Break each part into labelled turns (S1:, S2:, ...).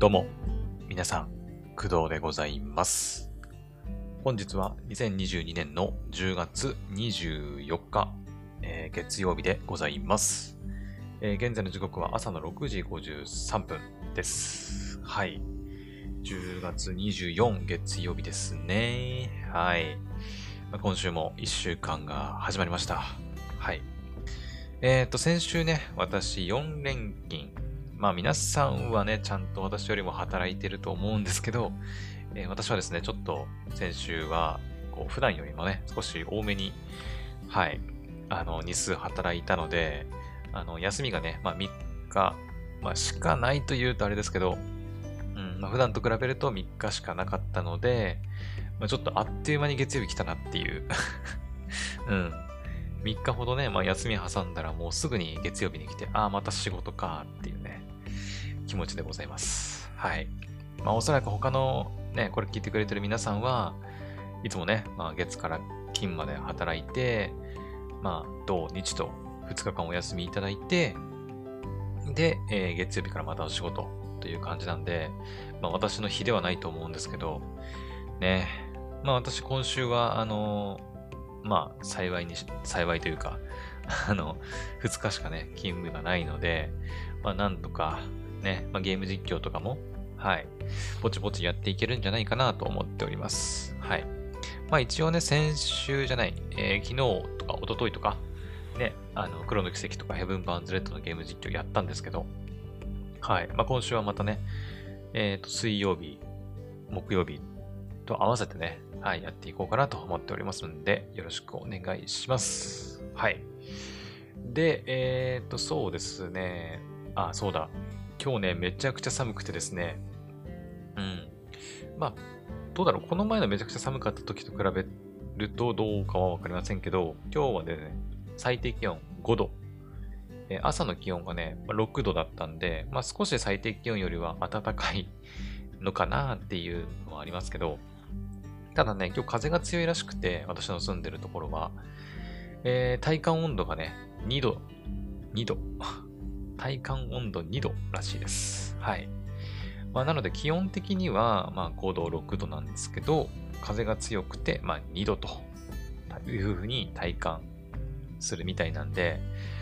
S1: どうも、皆さん、工藤でございます。本日は2022年の10月24日、月曜日でございます。現在の時刻は朝の6時53分です。はい。10月24月曜日ですね。はい。今週も1週間が始まりました。はい。先週ね、私4連勤。皆さんはね、ちゃんと私よりも働いてると思うんですけど、私はですね、ちょっと先週は、普段よりもね、少し多めに、はい、日数働いたので、休みがね、3日、しかないと言うとあれですけど、普段と比べると3日しかなかったので、ちょっとあっという間に月曜日来たなっていううん。3日ほどね、休み挟んだらもうすぐに月曜日に来て、また仕事かっていうね、気持ちでございます。はい。おそらく他のね、これ聞いてくれてる皆さんはいつもね、月から金まで働いて、土日と2日間お休みいただいて、で、月曜日からまたお仕事という感じなんで、私の日ではないと思うんですけど、ね、私今週は、幸いというか、2日しかね、勤務がないので、なんとか、ね、ゲーム実況とかも、はい、ぼちぼちやっていけるんじゃないかなと思っております。はい。一応ね、先週じゃない、昨日とか一昨日とか、ね、黒の奇跡とかヘブン・バーンズ・レッドのゲーム実況やったんですけど、はい。今週はまたね、水曜日、木曜日と合わせてね、はい、やっていこうかなと思っておりますので、よろしくお願いします。はい。で、そうですね。そうだ。今日ね、めちゃくちゃ寒くてですね。うん。どうだろう。この前のめちゃくちゃ寒かった時と比べるとどうかはわかりませんけど、今日はね、最低気温5度。朝の気温がね、6度だったんで、少し最低気温よりは暖かいのかなっていうのはありますけど、ただね、今日風が強いらしくて、私の住んでるところは、体感温度がね、2度、2度。体感温度2度らしいです。はい。なので気温的には、5度、6度なんですけど、風が強くて、2度というふうに体感するみたいなんで、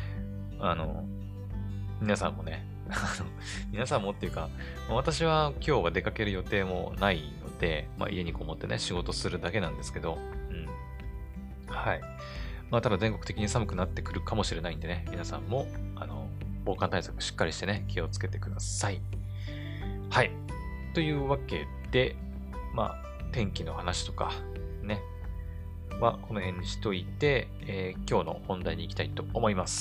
S1: 皆さんもね、皆さんもっていうか、私は今日は出かける予定もないので、家にこもってね、仕事するだけなんですけど、はい。ただ全国的に寒くなってくるかもしれないんでね、皆さんも、防寒対策しっかりしてね、気をつけてください。はい。というわけで、天気の話とか、ね、はこの辺にしといて、今日の本題に行きたいと思います。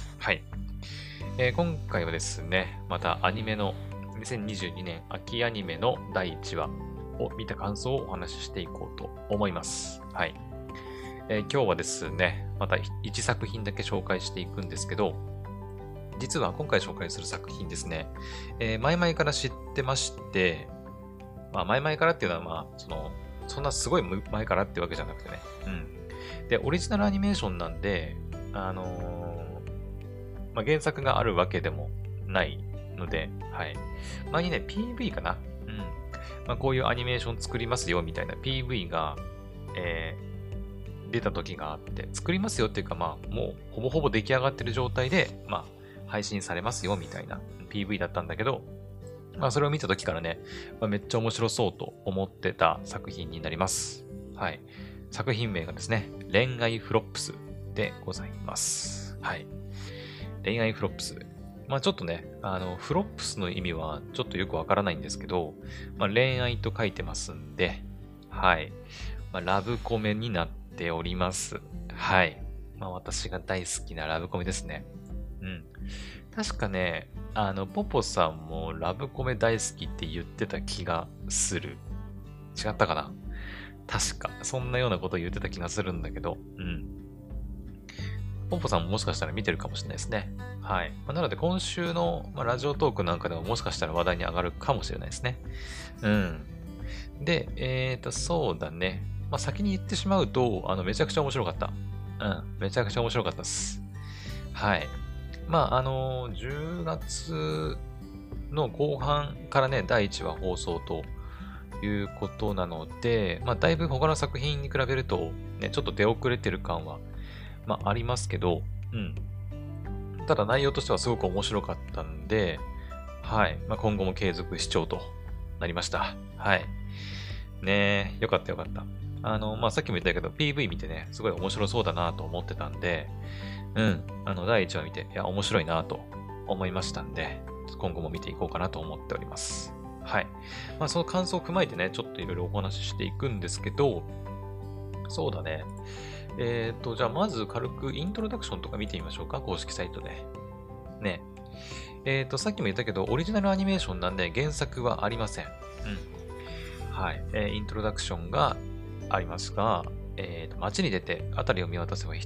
S1: はい。今回はですね、またアニメの2022年秋アニメの第1話を見た感想をお話ししていこうと思います。はい。今日はですね、また1作品だけ紹介していくんですけど、実は今回紹介する作品ですね、前々から知ってまして、前々からっていうのは、そんなすごい前からってわけじゃなくてね。で、オリジナルアニメーションなんで、原作があるわけでもないので、はい。前にね、PV かな。こういうアニメーション作りますよみたいな PV が、出た時があって、作りますよっていうか、もうほぼほぼ出来上がってる状態で、配信されますよみたいな PV だったんだけど、それを見た時からね、めっちゃ面白そうと思ってた作品になります。はい。作品名がですね、恋愛フロップスでございます。はい。恋愛フロップス。ちょっとね、フロップスの意味はちょっとよくわからないんですけど、恋愛と書いてますんで、はい。ラブコメになっております。はい。私が大好きなラブコメですね。確かね、ポポさんもラブコメ大好きって言ってた気がする。違ったかな？確か。そんなようなこと言ってた気がするんだけど、ポポさんももしかしたら見てるかもしれないですね。はい。なので今週の、ラジオトークなんかでももしかしたら話題に上がるかもしれないですね。で、そうだね。先に言ってしまうと、めちゃくちゃ面白かった。めちゃくちゃ面白かったです。はい。10月の後半からね、第1話放送ということなので、まあ、だいぶ他の作品に比べると、ね、ちょっと出遅れてる感は、まあ、ありますけど、うん。ただ内容としてはすごく面白かったんで、はい。まあ、今後も継続視聴となりました。はい。ねえ、よかったよかった。まあ、さっきも言ったけど、PV 見てね、すごい面白そうだなと思ってたんで、うん。第1話見て、いや、面白いなと思いましたんで、今後も見ていこうかなと思っております。はい。まあ、その感想を踏まえてね、ちょっといろいろお話ししていくんですけど、そうだね。じゃあまず軽くイントロダクションとか見てみましょうか、公式サイトで。ね。さっきも言ったけど、オリジナルアニメーションなんで原作はありません。うん。はい。イントロダクションがありますが、街に出て辺りを見渡せば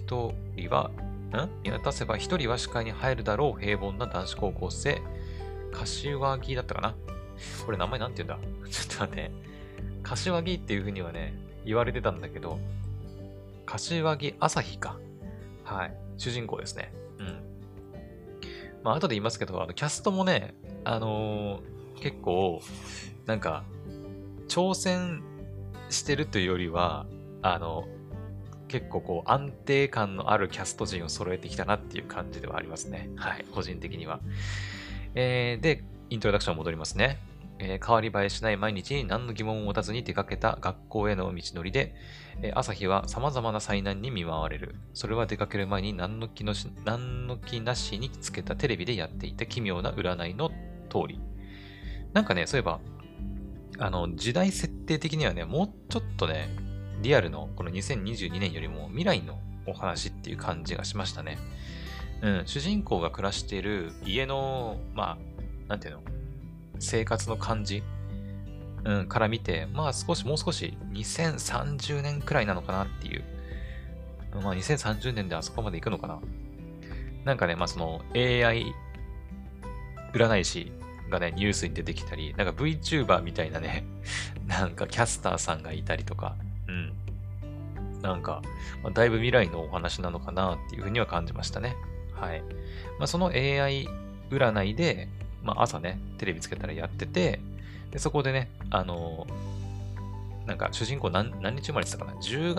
S1: 一人は視界に入るだろう平凡な男子高校生、柏木だったかな。これ名前なんて言うんだちょっと待って。柏木っていう風にはね、言われてたんだけど、柏木朝日か。はい。主人公ですね。うん。まあ、後で言いますけど、キャストもね、結構、なんか、挑戦してるというよりは、結構こう、安定感のあるキャスト陣を揃えてきたなっていう感じではありますね。はい。個人的には。で、イントロダクション戻りますね。変わり映えしない毎日に何の疑問を持たずに出かけた学校への道のりで、朝日は様々な災難に見舞われる。それは出かける前に何の気なしにつけたテレビでやっていた奇妙な占いの通り。なんかね、そういえば、時代設定的にはね、もうちょっとね、リアルのこの2022年よりも未来のお話っていう感じがしましたね。うん、主人公が暮らしている家の、まあ、なんていうの、生活の感じ、うん、から見て、まあもう少し2030年くらいなのかなっていう。まあ2030年であそこまで行くのかな。なんかね、まあその AI 占い師がね、ニュースに出てきたり、なんか VTuber みたいなね、なんかキャスターさんがいたりとか、うん。なんか、まあ、だいぶ未来のお話なのかなっていうふうには感じましたね。はい。まあその AI 占いで、まあ朝ね、テレビつけたらやってて、で、そこでね、なんか主人公何日生まれてたかな ?10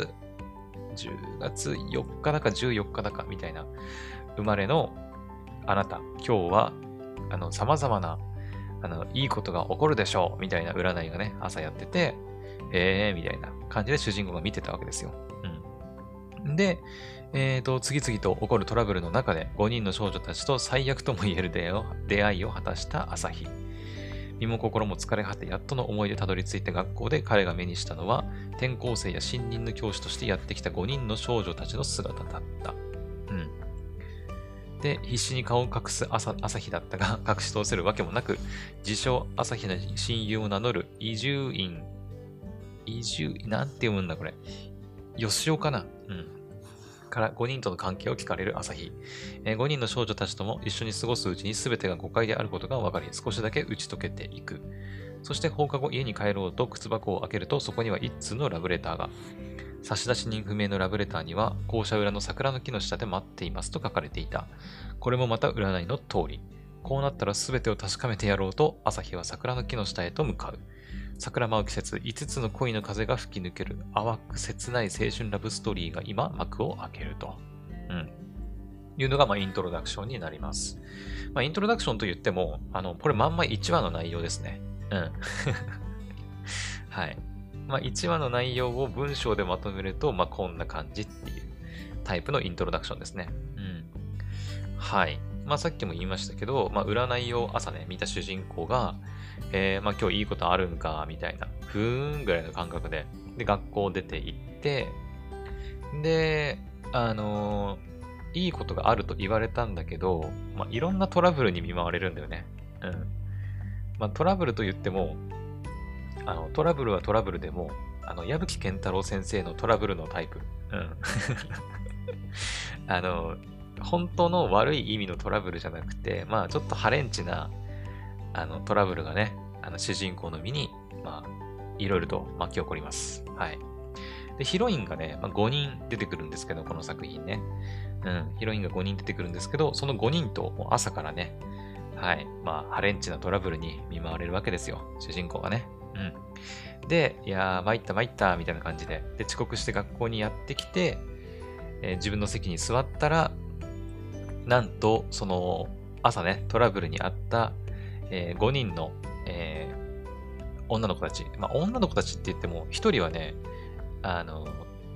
S1: 月4日だか14日だかみたいな生まれのあなた、今日は、様々な、いいことが起こるでしょうみたいな占いがね、朝やってて、みたいな感じで主人公が見てたわけですよ。うん。で、次々と起こるトラブルの中で5人の少女たちと最悪とも言える出会いを果たした朝日。身も心も疲れ果てやっとの思いでたどり着いた学校で彼が目にしたのは転校生や新任の教師としてやってきた5人の少女たちの姿だった。うん。で、必死に顔を隠す朝日だったが、隠し通せるわけもなく、自称朝日の親友を名乗るなんて読むんだこれ。吉尾かなうん。から5人との関係を聞かれる朝日。5人の少女たちとも一緒に過ごすうちに全てが誤解であることが分かり、少しだけ打ち解けていく。そして放課後家に帰ろうと靴箱を開けると、そこには一通のラブレターが。差出人不明のラブレターには、校舎裏の桜の木の下で待っていますと書かれていた。これもまた占いの通り。こうなったら全てを確かめてやろうと、朝日は桜の木の下へと向かう。桜舞う季節、5つの恋の風が吹き抜ける淡く切ない青春ラブストーリーが今幕を開けると。うん。いうのが、まあ、イントロダクションになります。まあ、イントロダクションと言っても、これまんま1話の内容ですね。うん。はい。まあ、1話の内容を文章でまとめると、まあ、こんな感じっていうタイプのイントロダクションですね。うん。はい。まあ、さっきも言いましたけど、まあ、占いを朝ね、見た主人公が、まあ、今日いいことあるんか、みたいな、ふーんぐらいの感覚で、で、学校出て行って、で、いいことがあると言われたんだけど、まあ、いろんなトラブルに見舞われるんだよね。うん。まあ、トラブルと言っても、トラブルはトラブルでも、矢吹健太郎先生のトラブルのタイプ。うん。本当の悪い意味のトラブルじゃなくて、まあ、ちょっとハレンチな、トラブルがね、主人公の身に、まあ、いろいろと巻き起こります。はい。で、ヒロインがね、まあ、5人出てくるんですけど、この作品ね。うん、ヒロインが5人出てくるんですけど、その5人ともう朝からね、 はい。まあ、ハレンチなトラブルに見舞われるわけですよ。主人公がね。うん。で、いやー、参った参った、みたいな感じで。で、遅刻して学校にやってきて、自分の席に座ったら、なんと、その、朝ね、トラブルにあった、5人の、女の子たち。まあ、女の子たちって言っても、1人はね、あの、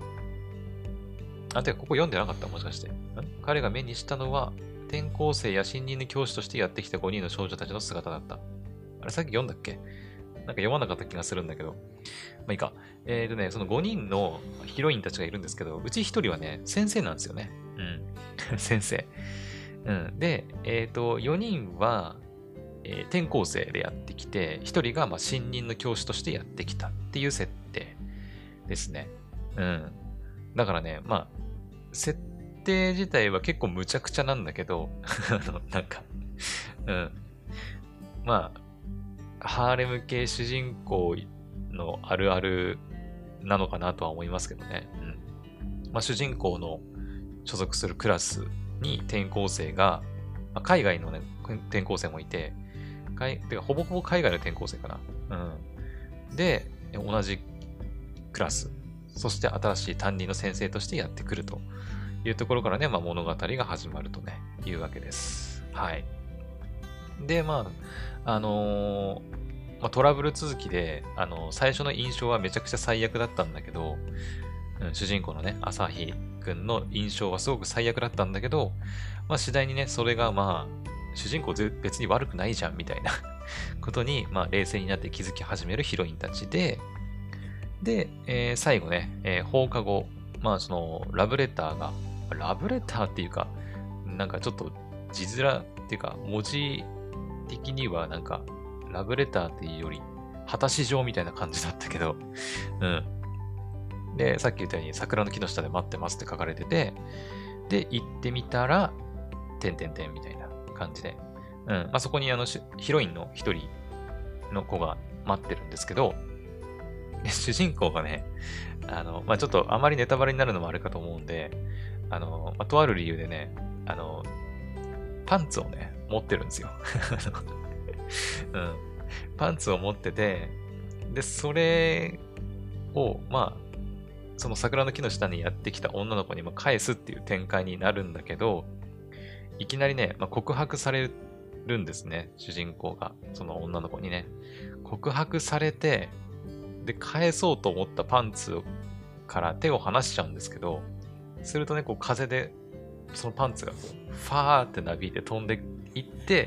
S1: てか、ここ読んでなかったもしかして。彼が目にしたのは、転校生や新任の教師としてやってきた5人の少女たちの姿だった。あれ、さっき読んだっけ？なんか読まなかった気がするんだけど。まあいいか。その5人のヒロインたちがいるんですけど、うち1人はね、先生なんですよね。うん。先生。うん。で、4人は、転校生でやってきて、1人がまあ新任の教師としてやってきたっていう設定ですね。うん。だからね、まあ、設定自体は結構無茶苦茶なんだけど、なんか、うん。まあ、ハーレム系主人公のあるあるなのかなとは思いますけどね。うん。まあ、主人公の所属するクラスに転校生が、まあ、海外のね、転校生もいて、てかほぼほぼ海外の転校生かな。うん。で、同じクラス、そして新しい担任の先生としてやってくるというところからね、まあ、物語が始まるとね、いうわけです。はい。で、まあ、まあ、トラブル続きで、最初の印象はめちゃくちゃ最悪だったんだけど、主人公のね、朝日くんの印象はすごく最悪だったんだけど、まあ、次第にね、それがまあ、主人公別に悪くないじゃん、みたいなことに、まあ、冷静になって気づき始めるヒロインたちで、で、最後ね、放課後、まあ、その、ラブレターっていうか、なんかちょっと字面っていうか、文字的にはなんか、ラブレターっていうより、果たし状みたいな感じだったけど、うん。で、さっき言ったように、桜の木の下で待ってますって書かれてて、で、行ってみたら、てんてんてんみたいな感じで、うん。まあ、そこにヒロインの一人の子が待ってるんですけど、主人公がね、まあ、ちょっとあまりネタバレになるのもあるかと思うんで、まあ、とある理由でね、パンツをね、持ってるんですよ。うん。パンツを持ってて、で、それを、まあ、その桜の木の下にやってきた女の子にも返すっていう展開になるんだけど、いきなりね、まあ、告白されるんですね、主人公が。その女の子にね。告白されて、で、返そうと思ったパンツから手を離しちゃうんですけど、するとね、こう風で、そのパンツがこう、ファーってなびいて飛んでいって、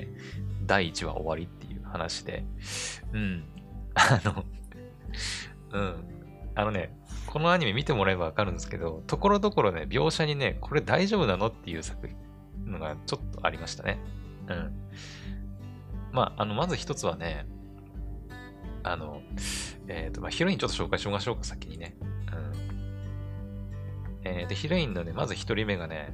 S1: 第1話終わりっていう話で、うん。あの、うん。このアニメ見てもらえばわかるんですけど、ところどころね、描写にね、これ大丈夫なのっていう作品のがちょっとありましたね。うん。まあ、まず一つはね、まあ、ヒロインちょっと紹介しましょうか、先にね。うん。で、ヒロインのね、まず一人目がね、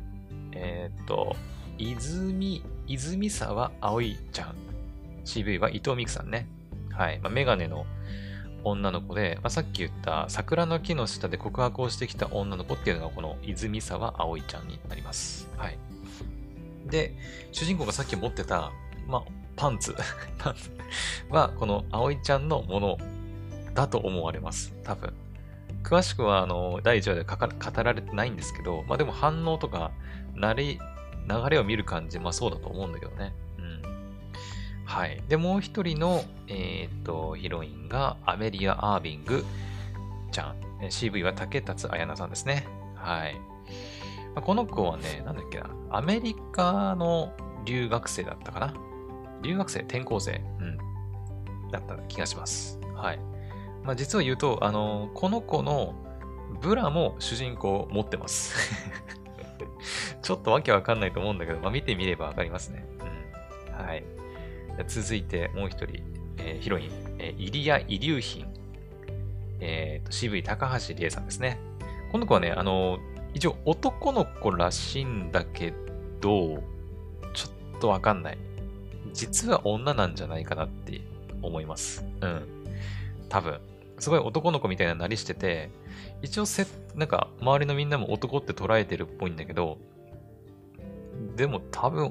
S1: 泉沢葵ちゃん。CV は伊藤美久さんね。はい。まあ、メガネの女の子で、まあ、さっき言った桜の木の下で告白をしてきた女の子っていうのがこの泉沢葵ちゃんになります。はい。で、主人公がさっき持ってた、まあ、パンツパンツはこの葵ちゃんのものだと思われます。多分。詳しくは、第1話で語られてないんですけど、まあでも反応とか、流れを見る感じ、まあそうだと思うんだけどね。うん。はい。で、もう一人の、ヒロインがアメリア・アービングちゃん。CV は竹達彩奈さんですね。はい。まあ、この子はね、なんだっけな。アメリカの留学生だったかな。留学生、転校生。うん。だった気がします。はい。まあ、実を言うと、この子のブラも主人公持ってます。ちょっとわけわかんないと思うんだけど、まあ、見てみればわかりますね。うん。はい。続いて、もう一人、ヒロイン、イリア・イリューヒン。CV 高橋理恵さんですね。この子はね、一応男の子らしいんだけど、ちょっとわかんない。実は女なんじゃないかなって思います。うん。多分。すごい男の子みたいななりしてて、一応なんか周りのみんなも男って捉えてるっぽいんだけど、でも多分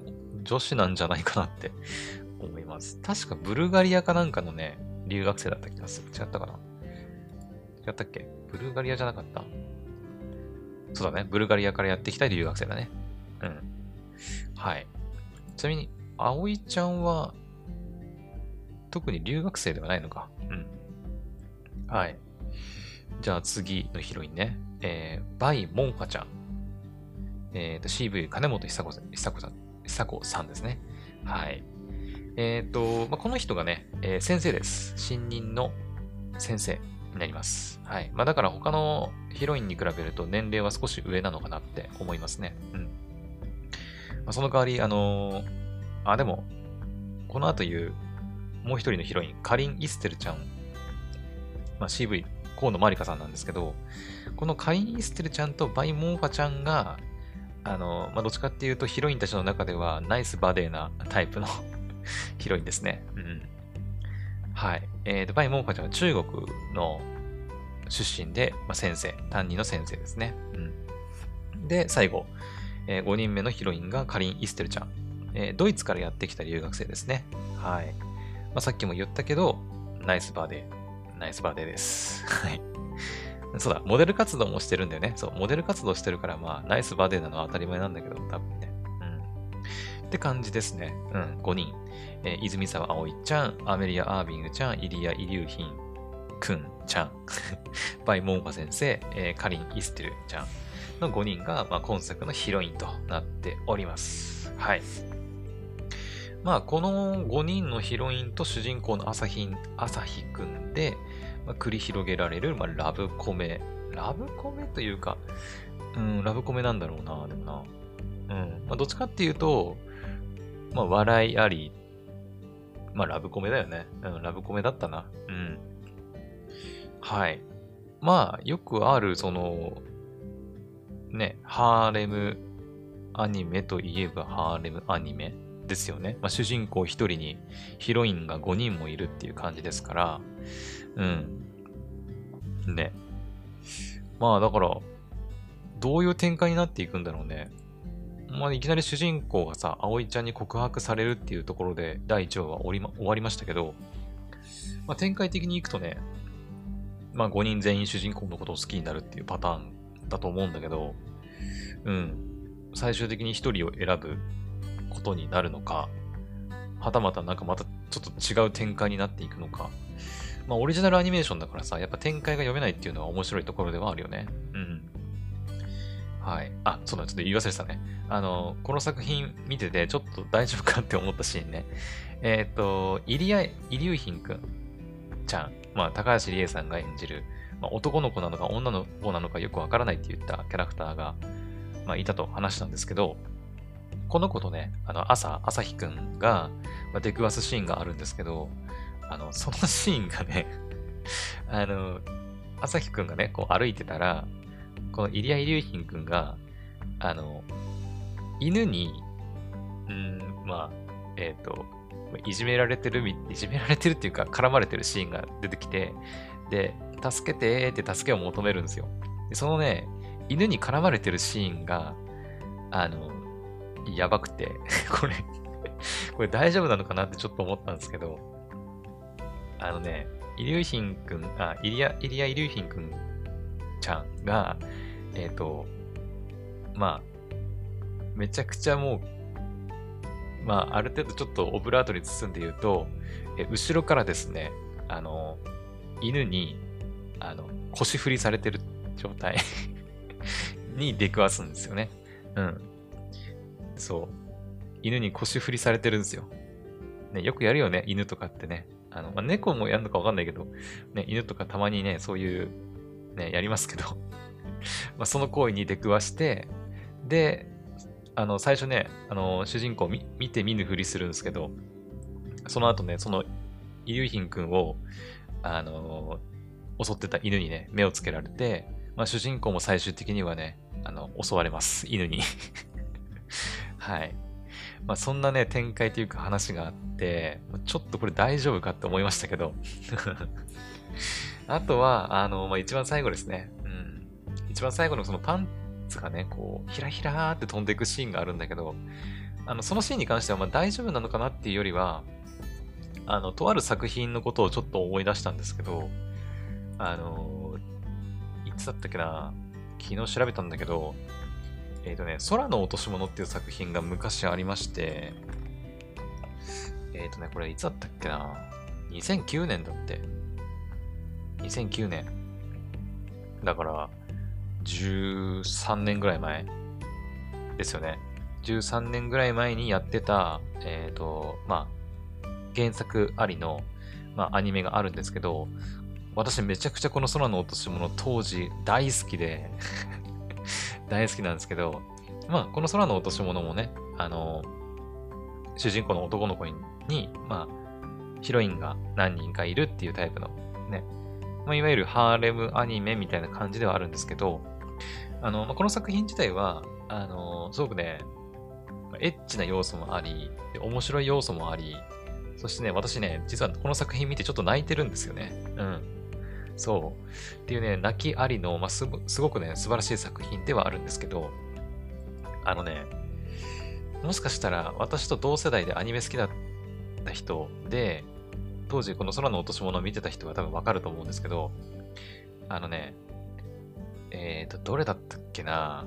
S1: 女子なんじゃないかなって思います。確かブルガリアかなんかのね、留学生だった気がする。違ったかな？違ったっけ？ブルガリアじゃなかった？そうだね。ブルガリアからやってきた留学生だね。うん。はい。ちなみに、葵ちゃんは、特に留学生ではないのか。うん。はい。じゃあ次のヒロインね。バイ・モンファちゃん。CV 金本久子さんですね。はい。この人がね、先生です。新任の先生になります。はい。まあだから他のヒロインに比べると年齢は少し上なのかなって思いますね。うん。まあ、その代わり、でも、この後言う、もう一人のヒロイン、カリン・イステルちゃん、まあ、CV、河野まりかさんなんですけど、このカリン・イステルちゃんとバイ・モンファちゃんが、どっちかっていうとヒロインたちの中ではナイスバデーなタイプのヒロインですね。うん。はい。バイ・モンファちゃんは中国の出身で、先生、担任の先生ですね。うん。で、最後、5人目のヒロインがカリン・イステルちゃん。ドイツからやってきた留学生ですね。はい。さっきも言ったけど、ナイスバデーです。はい。そうだ、モデル活動もしてるんだよね。そう、モデル活動してるから、ナイスバデーなのは当たり前なんだけど、多分ね。うん。って感じですね。うん、5人。泉沢葵ちゃん、アメリア・アービングちゃん、イリア・イリューヒンくんちゃん、バイ・モンファ先生、カリン・イステルちゃんの5人が、今作のヒロインとなっております。はい。この5人のヒロインと主人公の朝日くんで、繰り広げられる、ラブコメ。ラブコメというか、ラブコメなんだろうな、でもな。どっちかっていうと、笑いあり、ラブコメだよね。ラブコメだったな。うん。はい。よくある、ハーレムアニメといえばハーレムアニメですよね。主人公1人にヒロインが5人もいるっていう感じですから、うん。ね。だから、どういう展開になっていくんだろうね。いきなり主人公がさ、葵ちゃんに告白されるっていうところで第1話は終わりましたけど、展開的にいくとね、5人全員主人公のことを好きになるっていうパターンだと思うんだけど、うん。最終的に1人を選ぶことになるのか、はたまたまたちょっと違う展開になっていくのか。オリジナルアニメーションだからさ、やっぱ展開が読めないっていうのは面白いところではあるよね。うん。はい。そうだ、ちょっと言い忘れてたね。この作品見ててちょっと大丈夫かって思ったシーンね。イリューヒンくんちゃん。高橋理恵さんが演じる、男の子なのか女の子なのかよくわからないって言ったキャラクターが、いたと話したんですけど、この子とね、朝日くんが、出くわすシーンがあるんですけど、そのシーンがね朝日くんがね、こう歩いてたら、このイリア・イリューヒンくんが、犬に、いじめられてるっていうか、絡まれてるシーンが出てきて、で、助けてって助けを求めるんですよ。で、そのね、犬に絡まれてるシーンが、やばくて、これ大丈夫なのかなってちょっと思ったんですけど、イリューヒンくん、イリア・イリューヒンくんちゃんが、めちゃくちゃもう、ある程度ちょっとオブラートに包んで言うと、後ろからですね、犬に、腰振りされてる状態に出くわすんですよね。うん。そう。犬に腰振りされてるんですよ。ね、よくやるよね、犬とかってね。猫もやるのかわかんないけど、ね、犬とかたまにね、そういう、ね、やりますけどその行為に出くわして、で、最初ね、主人公見て見ぬふりするんですけど、その後ね、その、イリューヒン君を、襲ってた犬にね、目をつけられて、主人公も最終的にはね、襲われます、犬にはい。そんなね、展開というか話があって、ちょっとこれ大丈夫かって思いましたけどあとは、一番最後ですね。うん。一番最後のそのパンツがね、こう、ひらひらーって飛んでいくシーンがあるんだけど、 そのシーンに関してはまあ大丈夫なのかなっていうよりは、とある作品のことをちょっと思い出したんですけど、いつだったっけな、昨日調べたんだけど、空の落とし物っていう作品が昔ありまして、これいつだったっけな、2009年だって。2009年。だから、13年ぐらい前ですよね。13年ぐらい前にやってた、まあ、原作ありの、まあ、アニメがあるんですけど、私めちゃくちゃこの空の落とし物当時大好きで大好きなんですけど、まあ、この空の落とし物もね、主人公の男の子に、まあ、ヒロインが何人かいるっていうタイプのね、まあ、いわゆるハーレムアニメみたいな感じではあるんですけど、まあ、この作品自体は、すごくね、エッチな要素もあり、面白い要素もあり、そしてね、私ね、実はこの作品見てちょっと泣いてるんですよね。うん。そう。っていうね、泣きありの、まあ、すごくね、素晴らしい作品ではあるんですけど、あのね、もしかしたら私と同世代でアニメ好きだった人で、当時この空の落とし物を見てた人は多分わかると思うんですけど、あのね、どれだったっけな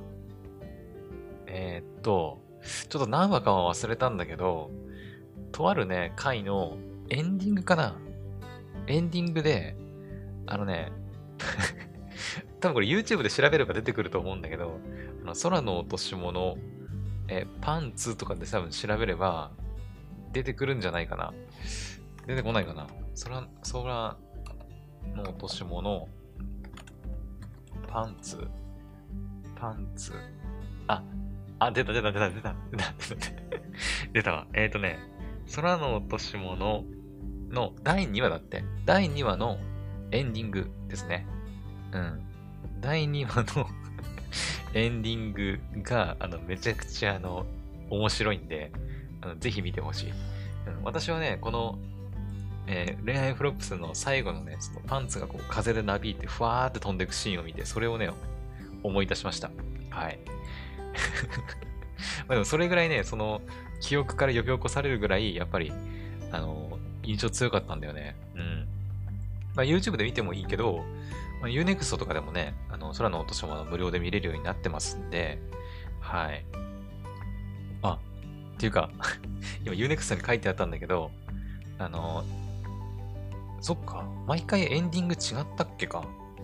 S1: ちょっと何話かは忘れたんだけど、とあるね、回のエンディングかな、エンディングで、あのね、多分これ YouTube で調べれば出てくると思うんだけど、空の落とし物、パンツとかで多分調べれば出てくるんじゃないかな。出てこないかな。空の落とし物、パンツ、あ、出た。出たわ。空の落とし物の第2話だって。第2話のエンディングですね。うん。第2話のエンディングが、めちゃくちゃ、面白いんで、ぜひ見てほしい。私はね、この、恋愛フロップスの最後のね、そのパンツがこう風でなびいて、ふわーって飛んでいくシーンを見て、それをね、思い出しました。はい。まあでもそれぐらいね、その、記憶から呼び起こされるぐらい、やっぱり、印象強かったんだよね。うん。まあ、YouTube で見てもいいけど、まあ、Unext とかでもね、空の落とし物無料で見れるようになってますんで、はい。っていうか今 Unext に書いてあったんだけど、そっか、毎回エンディング違ったっけか。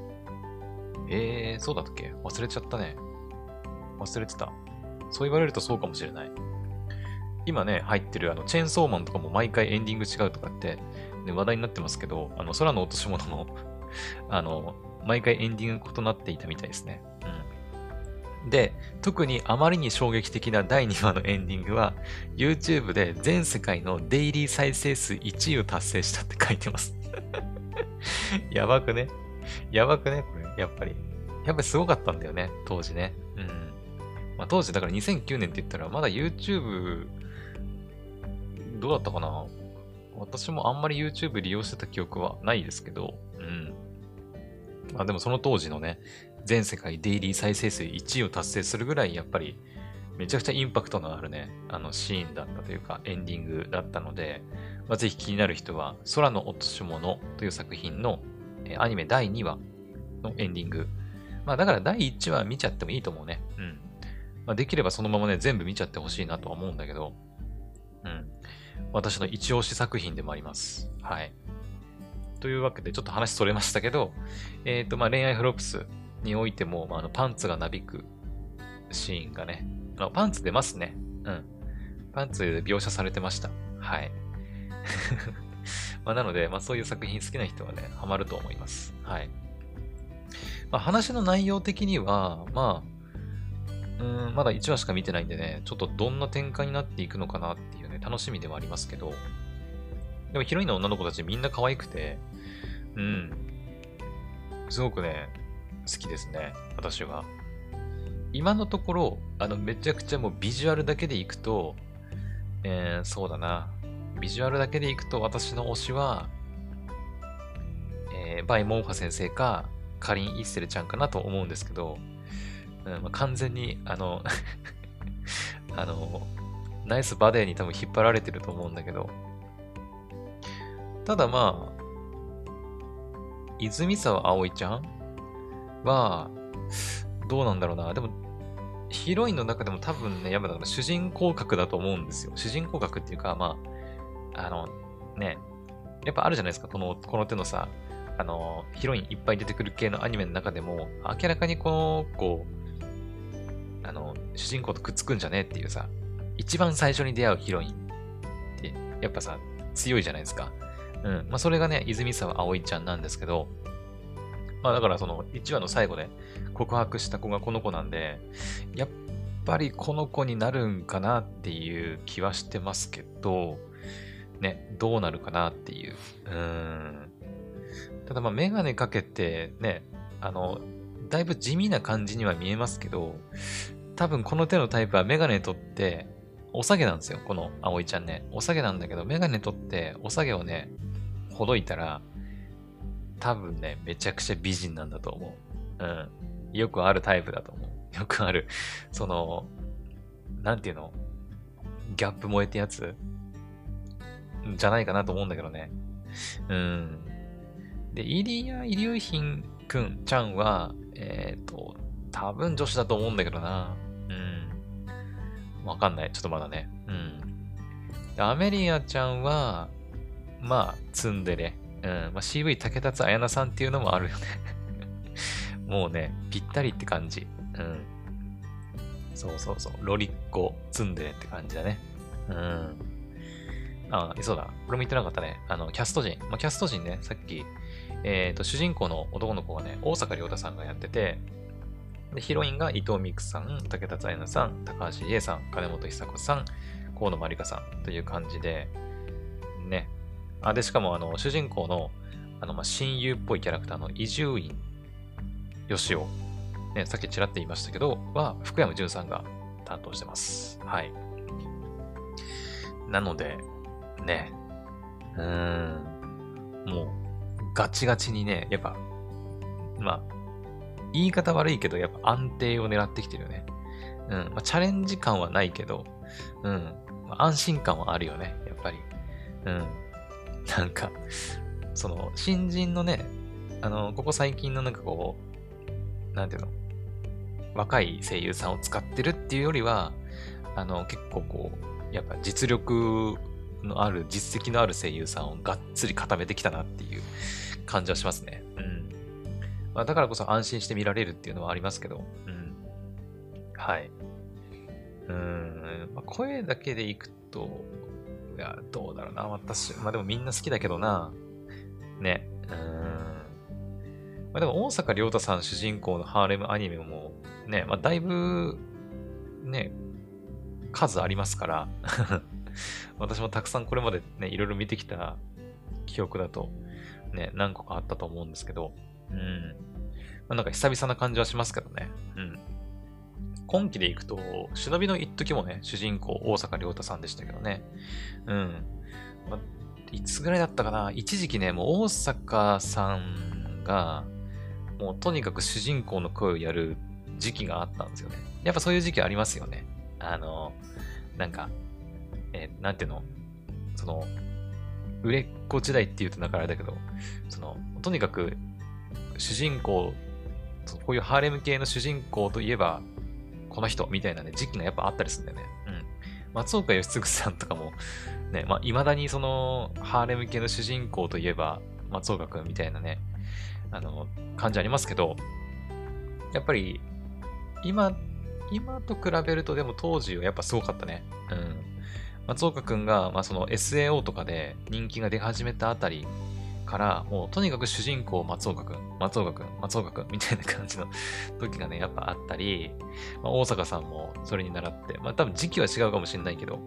S1: そうだったっけ、忘れちゃったね。忘れてた。そう言われるとそうかもしれない。今ね、入ってるチェーンソーマンとかも毎回エンディング違うとかって、ね、話題になってますけど、空の落とし物も毎回エンディング異なっていたみたいですね。うん。で、特にあまりに衝撃的な第2話のエンディングは、YouTube で全世界のデイリー再生数1位を達成したって書いてます。やばくね、これ、やっぱり。やっぱりすごかったんだよね、当時ね。うん。まあ、当時だから2009年って言ったら、まだ YouTube、どうだったかな、私もあんまり YouTube 利用してた記憶はないですけど、うん。まあでもその当時のね、全世界デイリー再生数1位を達成するぐらい、やっぱりめちゃくちゃインパクトのあるね、シーンだったというか、エンディングだったので、まあ、ぜひ気になる人は、空の落とし物という作品の、アニメ第2話のエンディング。まあだから第1話見ちゃってもいいと思うね。うん。まあ、できればそのままね、全部見ちゃってほしいなとは思うんだけど、うん。私の一押し作品でもあります。はい。というわけで、ちょっと話それましたけど、まあ、恋愛フロップスにおいても、まあ、パンツがなびくシーンがね、パンツ出ますね。うん。パンツで描写されてました。はい。まあ、なので、まあ、そういう作品好きな人はね、ハマると思います。はい。まあ、話の内容的には、まあ、まだ1話しか見てないんでね、ちょっとどんな展開になっていくのかなっていうね、楽しみではありますけど、でもヒロインの女の子たちみんな可愛くて、うん、すごくね、好きですね、私は。今のところ、めちゃくちゃもうビジュアルだけでいくと、そうだな。ビジュアルだけでいくと私の推しは、バイ・モンファ先生か、カリン・イッセルちゃんかなと思うんですけど、まあ、完全に、 ナイスバデーに多分引っ張られてると思うんだけど、ただまあ、泉沢葵ちゃんは、どうなんだろうな。でも、ヒロインの中でも多分ね、やっぱだから主人公格だと思うんですよ。主人公格っていうか、まあ、ね、やっぱあるじゃないですか。この手のさ、ヒロインいっぱい出てくる系のアニメの中でも、明らかにこの子、主人公とくっつくんじゃねっていうさ、一番最初に出会うヒロインって、やっぱさ、強いじゃないですか。うん。まあ、それがね、泉沢葵ちゃんなんですけど、まあ、だからその1話の最後で告白した子がこの子なんで、やっぱりこの子になるんかなっていう気はしてますけど、ね、どうなるかなっていう。ただまあ、メガネかけてね、だいぶ地味な感じには見えますけど、多分この手のタイプはメガネ取って、お下げなんですよ、この葵ちゃんね。お下げなんだけど、メガネ取って、お下げをね、ほどいたら、多分ね、めちゃくちゃ美人なんだと思う。うん。よくあるタイプだと思う。よくある。なんていうのギャップ萌えってやつじゃないかなと思うんだけどね。うん。で、イリア・イリューヒンくんちゃんは、多分女子だと思うんだけどな。うん。わかんない。ちょっとまだね。うん。でアメリアちゃんは、まあ、ツンデレ。うん。まあ、CV 竹達彩奈さんっていうのもあるよね。もうね、ぴったりって感じ。うん。そうそうそう。ロリッコ、ツンデレって感じだね。うん。そうだ。これも言ってなかったね。キャスト陣。まあ、キャスト陣ね、さっき、主人公の男の子がね、大阪亮太さんがやってて、で、ヒロインが伊藤美久さん、竹達彩奈さん、高橋理恵さん、金本久子さん、河野まりかさんという感じで、ね。で、しかも主人公の、まあ、親友っぽいキャラクターの伊集院義雄、ね、さっきちらっと言いましたけど、は、福山潤さんが担当してます。はい。なので、ね。もう、ガチガチにね、やっぱ、まあ、言い方悪いけど、やっぱ安定を狙ってきてるよね。うん。まあ、チャレンジ感はないけど、うん。まあ、安心感はあるよね、やっぱり。うん。なんか、新人のね、ここ最近のなんかこう、なんていうの、若い声優さんを使ってるっていうよりは、結構こう、やっぱ実力のある、実績のある声優さんをがっつり固めてきたなっていう感じはしますね。うん。まあ、だからこそ安心して見られるっていうのはありますけど、うん。はい。まあ、声だけでいくと、いや、どうだろうな、私。まあでもみんな好きだけどな。ね。まあでも大阪亮太さん主人公のハーレムアニメもね、まあだいぶ、ね、数ありますから、私もたくさんこれまでね、いろいろ見てきた記憶だと、ね、何個かあったと思うんですけど、うん。まあ、なんか久々な感じはしますけどね。うん。今期でいくと、忍びの一時もね、主人公、大阪亮太さんでしたけどね。うん。まあ、いつぐらいだったかな一時期ね、もう大阪さんが、もうとにかく主人公の声をやる時期があったんですよね。やっぱそういう時期ありますよね。なんか、なんていうの売れっ子時代って言うとなんかあれだけど、とにかく主人公、こういうハーレム系の主人公といえば、この人みたいなね、時期がやっぱあったりするんだよね。うん。松岡義嗣さんとかも、ね、まあ、未だにハーレム系の主人公といえば、松岡くんみたいなね、感じありますけど、やっぱり、今と比べるとでも当時はやっぱすごかったね。うん。松岡くんが、まあ、SAO とかで人気が出始めたあたりから、もうとにかく主人公松岡くん、松岡くん、松岡くんみたいな感じの時がね、やっぱあったり、まあ、大阪さんもそれに倣って、まあ多分時期は違うかもしれないけど、うん、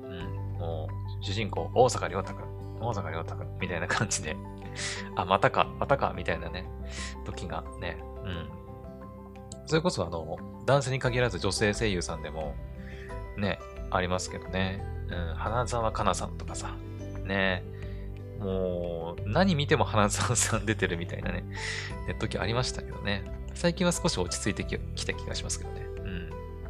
S1: もう主人公、大阪亮太くん、大阪亮太くんみたいな感じで、またか、みたいなね、時がね、うん。それこそ男性に限らず女性声優さんでも、ね、ありますけどね。うん、花澤香菜さんとかさ、ね、もう、何見ても花澤さん出てるみたいなね、時ありましたけどね。最近は少し落ち着いてきた気がしますけどね。うん。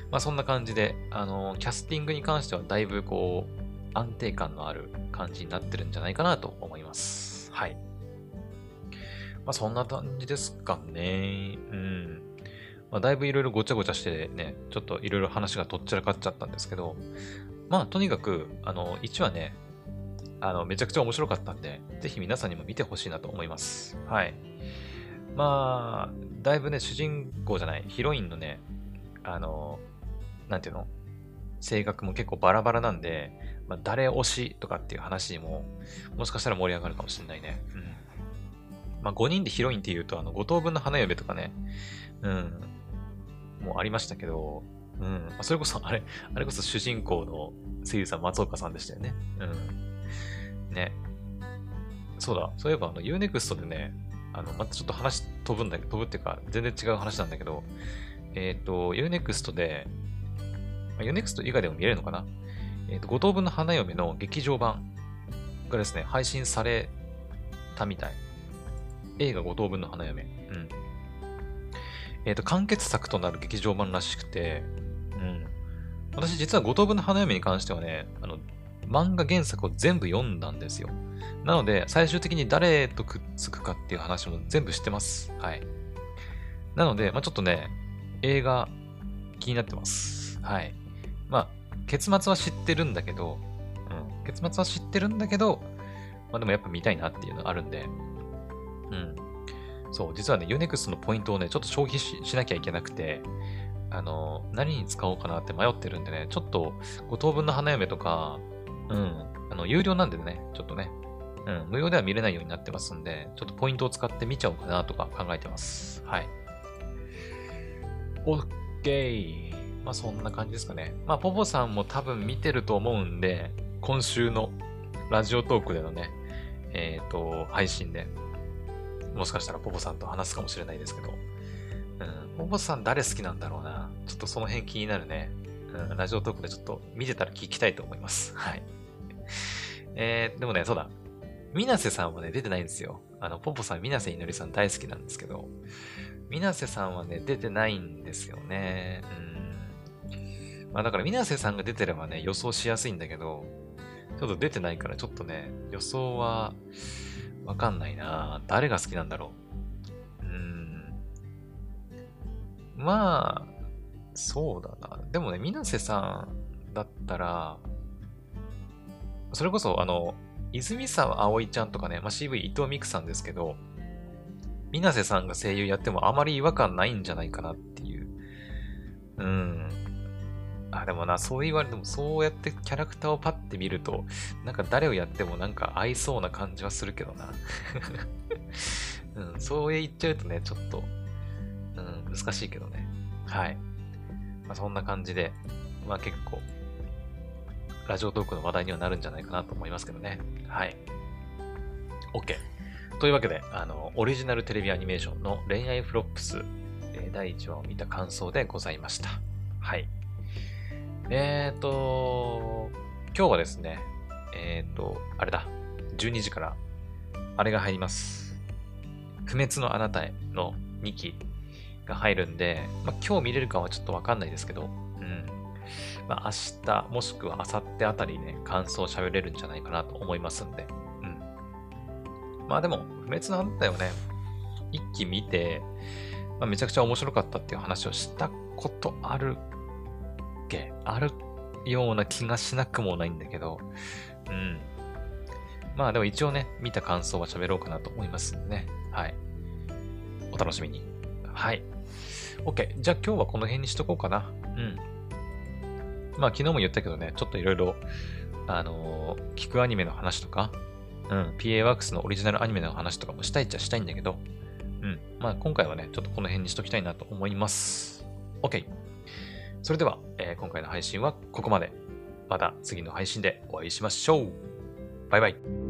S1: まあそんな感じで、キャスティングに関してはだいぶこう、安定感のある感じになってるんじゃないかなと思います。はい。まあそんな感じですかね。うん。まあだいぶいろいろごちゃごちゃしてね、ちょっといろいろ話がとっちらかっちゃったんですけど、まあとにかく、1話ね、めちゃくちゃ面白かったんで、ぜひ皆さんにも見てほしいなと思います。はい。まあ、だいぶね、主人公じゃない、ヒロインのね、あの、なんていうの性格も結構バラバラなんで、まあ、誰推しとかっていう話にも、もしかしたら盛り上がるかもしれないね。うん。まあ、5人でヒロインって言うと、5等分の花嫁とかね、うん、もうありましたけど、うん。まあ、それこそ、あれこそ主人公の声優さん、松岡さんでしたよね。うん。ね。そうだ。そういえば、Unext でね、またちょっと話飛ぶっていうか、全然違う話なんだけど、Unext で、まあ Unext 以外でも見れるのかな5等分の花嫁の劇場版がですね、配信されたみたい。映画5等分の花嫁。うん。完結作となる劇場版らしくて、うん。私実は5等分の花嫁に関してはね、漫画原作を全部読んだんですよ。なので、最終的に誰とくっつくかっていう話も全部知ってます。はい。なので、まあ、ちょっとね、映画気になってます。はい。まあ、結末は知ってるんだけど、うん。結末は知ってるんだけど、まあでもやっぱ見たいなっていうのがあるんで、うん。そう、実はね、Unext のポイントをね、ちょっと消費しなきゃいけなくて、何に使おうかなって迷ってるんでね、ちょっと、五等分の花嫁とか、うん、有料なんでね、ちょっとね、うん、無料では見れないようになってますんで、ちょっとポイントを使って見ちゃおうかなとか考えてます。はい。OK。まあそんな感じですかね。まあポポさんも多分見てると思うんで、今週のラジオトークでのね、配信で、もしかしたらポポさんと話すかもしれないですけど、うん、ポポさん誰好きなんだろうな。ちょっとその辺気になるね。うん、ラジオトークでちょっと見てたら聞きたいと思います。はい。でもね、そうだ。みなせさんはね、出てないんですよ。ポポさん、みなせいのりさん大好きなんですけど、みなせさんはね、出てないんですよね。うん。まあだから、みなせさんが出てればね、予想しやすいんだけど、ちょっと出てないから、ちょっとね、予想は、わかんないな。誰が好きなんだろう。まあ、そうだな。でもね、みなせさんだったら、それこそ、泉沢葵ちゃんとかね、まあ、CV 伊藤美久さんですけど、みなせさんが声優やってもあまり違和感ないんじゃないかなっていう。うん。あ、でもな、そう言われても、そうやってキャラクターをパッて見ると、なんか誰をやってもなんか合いそうな感じはするけどな。うん、そう言っちゃうとね、ちょっと、うん、難しいけどね。はい。まあ、そんな感じで、まあ結構、ラジオトークの話題にはなるんじゃないかなと思いますけどね。はい。OK。というわけで、オリジナルテレビアニメーションの恋愛フロップス、第1話を見た感想でございました。はい。今日はですね、あれだ、12時から、あれが入ります。不滅のあなたへの2期が入るんで、まあ、今日見れるかはちょっとわかんないですけど、うん。まあ、明日、もしくは明後日あたりね、感想を喋れるんじゃないかなと思いますんで、うん。まあでも、不滅のあなたよね、一期見て、まあ、めちゃくちゃ面白かったっていう話をしたことあるような気がしなくもないんだけど、うん。まあでも一応ね、見た感想は喋ろうかなと思いますんでね。はい。お楽しみに。はい。OK。じゃあ今日はこの辺にしとこうかな。うん。まあ昨日も言ったけどね、ちょっといろいろ、聞くアニメの話とか、うん、PA ワークスのオリジナルアニメの話とかもしたいっちゃしたいんだけど、うん。まあ今回はね、ちょっとこの辺にしときたいなと思います。OK。それでは、今回の配信はここまで。また次の配信でお会いしましょう。バイバイ。